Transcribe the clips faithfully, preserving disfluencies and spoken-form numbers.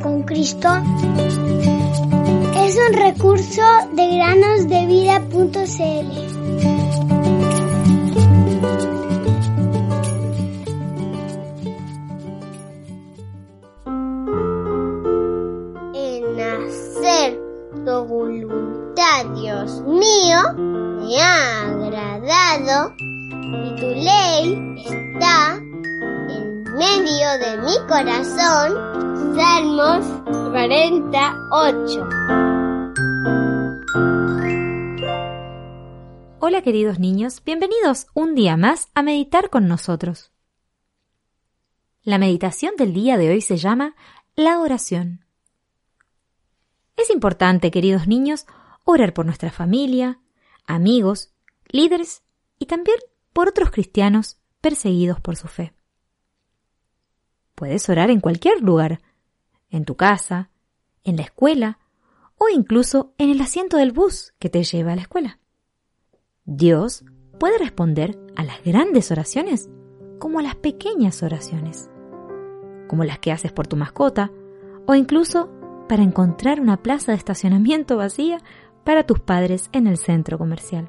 con Cristo es un recurso de granosdevida punto c l. En hacer tu voluntad, Dios mío, me ha agradado y tu ley está en medio de mi corazón. Salmos cuarenta y ocho. Hola queridos niños, bienvenidos un día más a meditar con nosotros. La meditación del día de hoy se llama la oración. Es importante, queridos niños, orar por nuestra familia, amigos, líderes y también por otros cristianos perseguidos por su fe. Puedes orar en cualquier lugar, en tu casa, en la escuela o incluso en el asiento del bus que te lleva a la escuela. Dios puede responder a las grandes oraciones como a las pequeñas oraciones, como las que haces por tu mascota o incluso para encontrar una plaza de estacionamiento vacía para tus padres en el centro comercial.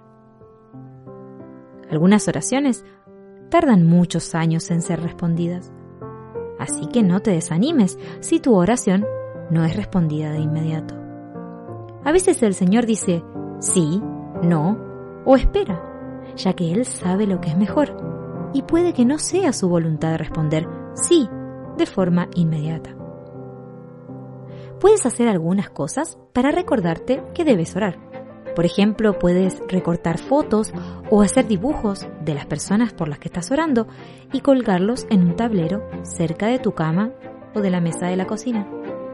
Algunas oraciones tardan muchos años en ser respondidas, así que no te desanimes si tu oración no es respondida de inmediato. A veces el Señor dice sí, no o espera, ya que Él sabe lo que es mejor y puede que no sea su voluntad responder sí de forma inmediata. Puedes hacer algunas cosas para recordarte que debes orar. Por ejemplo, puedes recortar fotos o hacer dibujos de las personas por las que estás orando y colgarlos en un tablero cerca de tu cama o de la mesa de la cocina.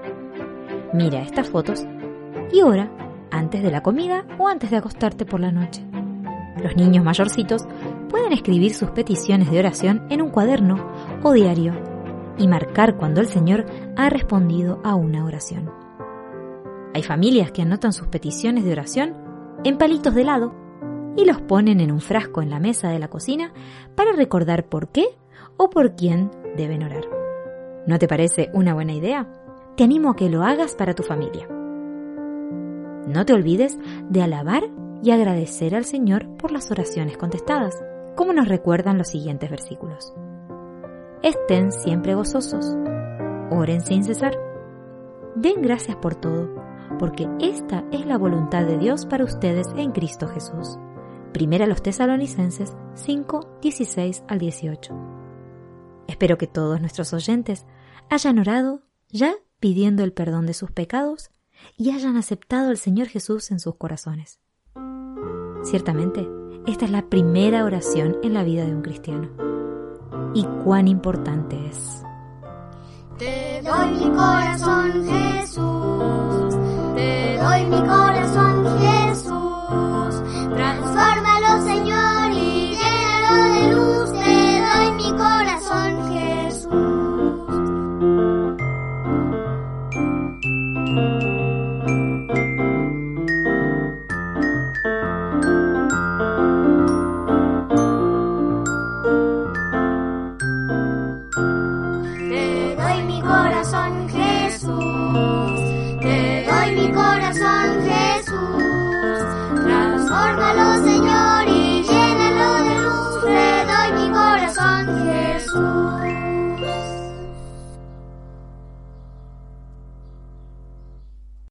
Mira estas fotos y ora antes de la comida o antes de acostarte por la noche. Los niños mayorcitos pueden escribir sus peticiones de oración en un cuaderno o diario y marcar cuando el Señor ha respondido a una oración. Hay familias que anotan sus peticiones de oración en palitos de helado y los ponen en un frasco en la mesa de la cocina para recordar por qué o por quién deben orar. ¿No te parece una buena idea? Te animo a que lo hagas para tu familia. No te olvides de alabar y agradecer al Señor por las oraciones contestadas, como nos recuerdan los siguientes versículos. Estén siempre gozosos, oren sin cesar, den gracias por todo, porque esta es la voluntad de Dios para ustedes en Cristo Jesús. Primera a los Tesalonicenses cinco, dieciséis al dieciocho. Espero que todos nuestros oyentes hayan orado ya pidiendo el perdón de sus pecados y hayan aceptado al Señor Jesús en sus corazones. Ciertamente, esta es la primera oración en la vida de un cristiano. Y cuán importante es. Te doy mi corazón, Jesús. Te doy mi corazón, Jesús. Transfórmalo, Señor, y llénalo de luz. Te doy mi corazón, Jesús. Te doy mi corazón, Jesús. Te doy mi corazón, Jesús. Transfórmalo, Señor, y llénalo de luz. Te doy mi corazón, Jesús.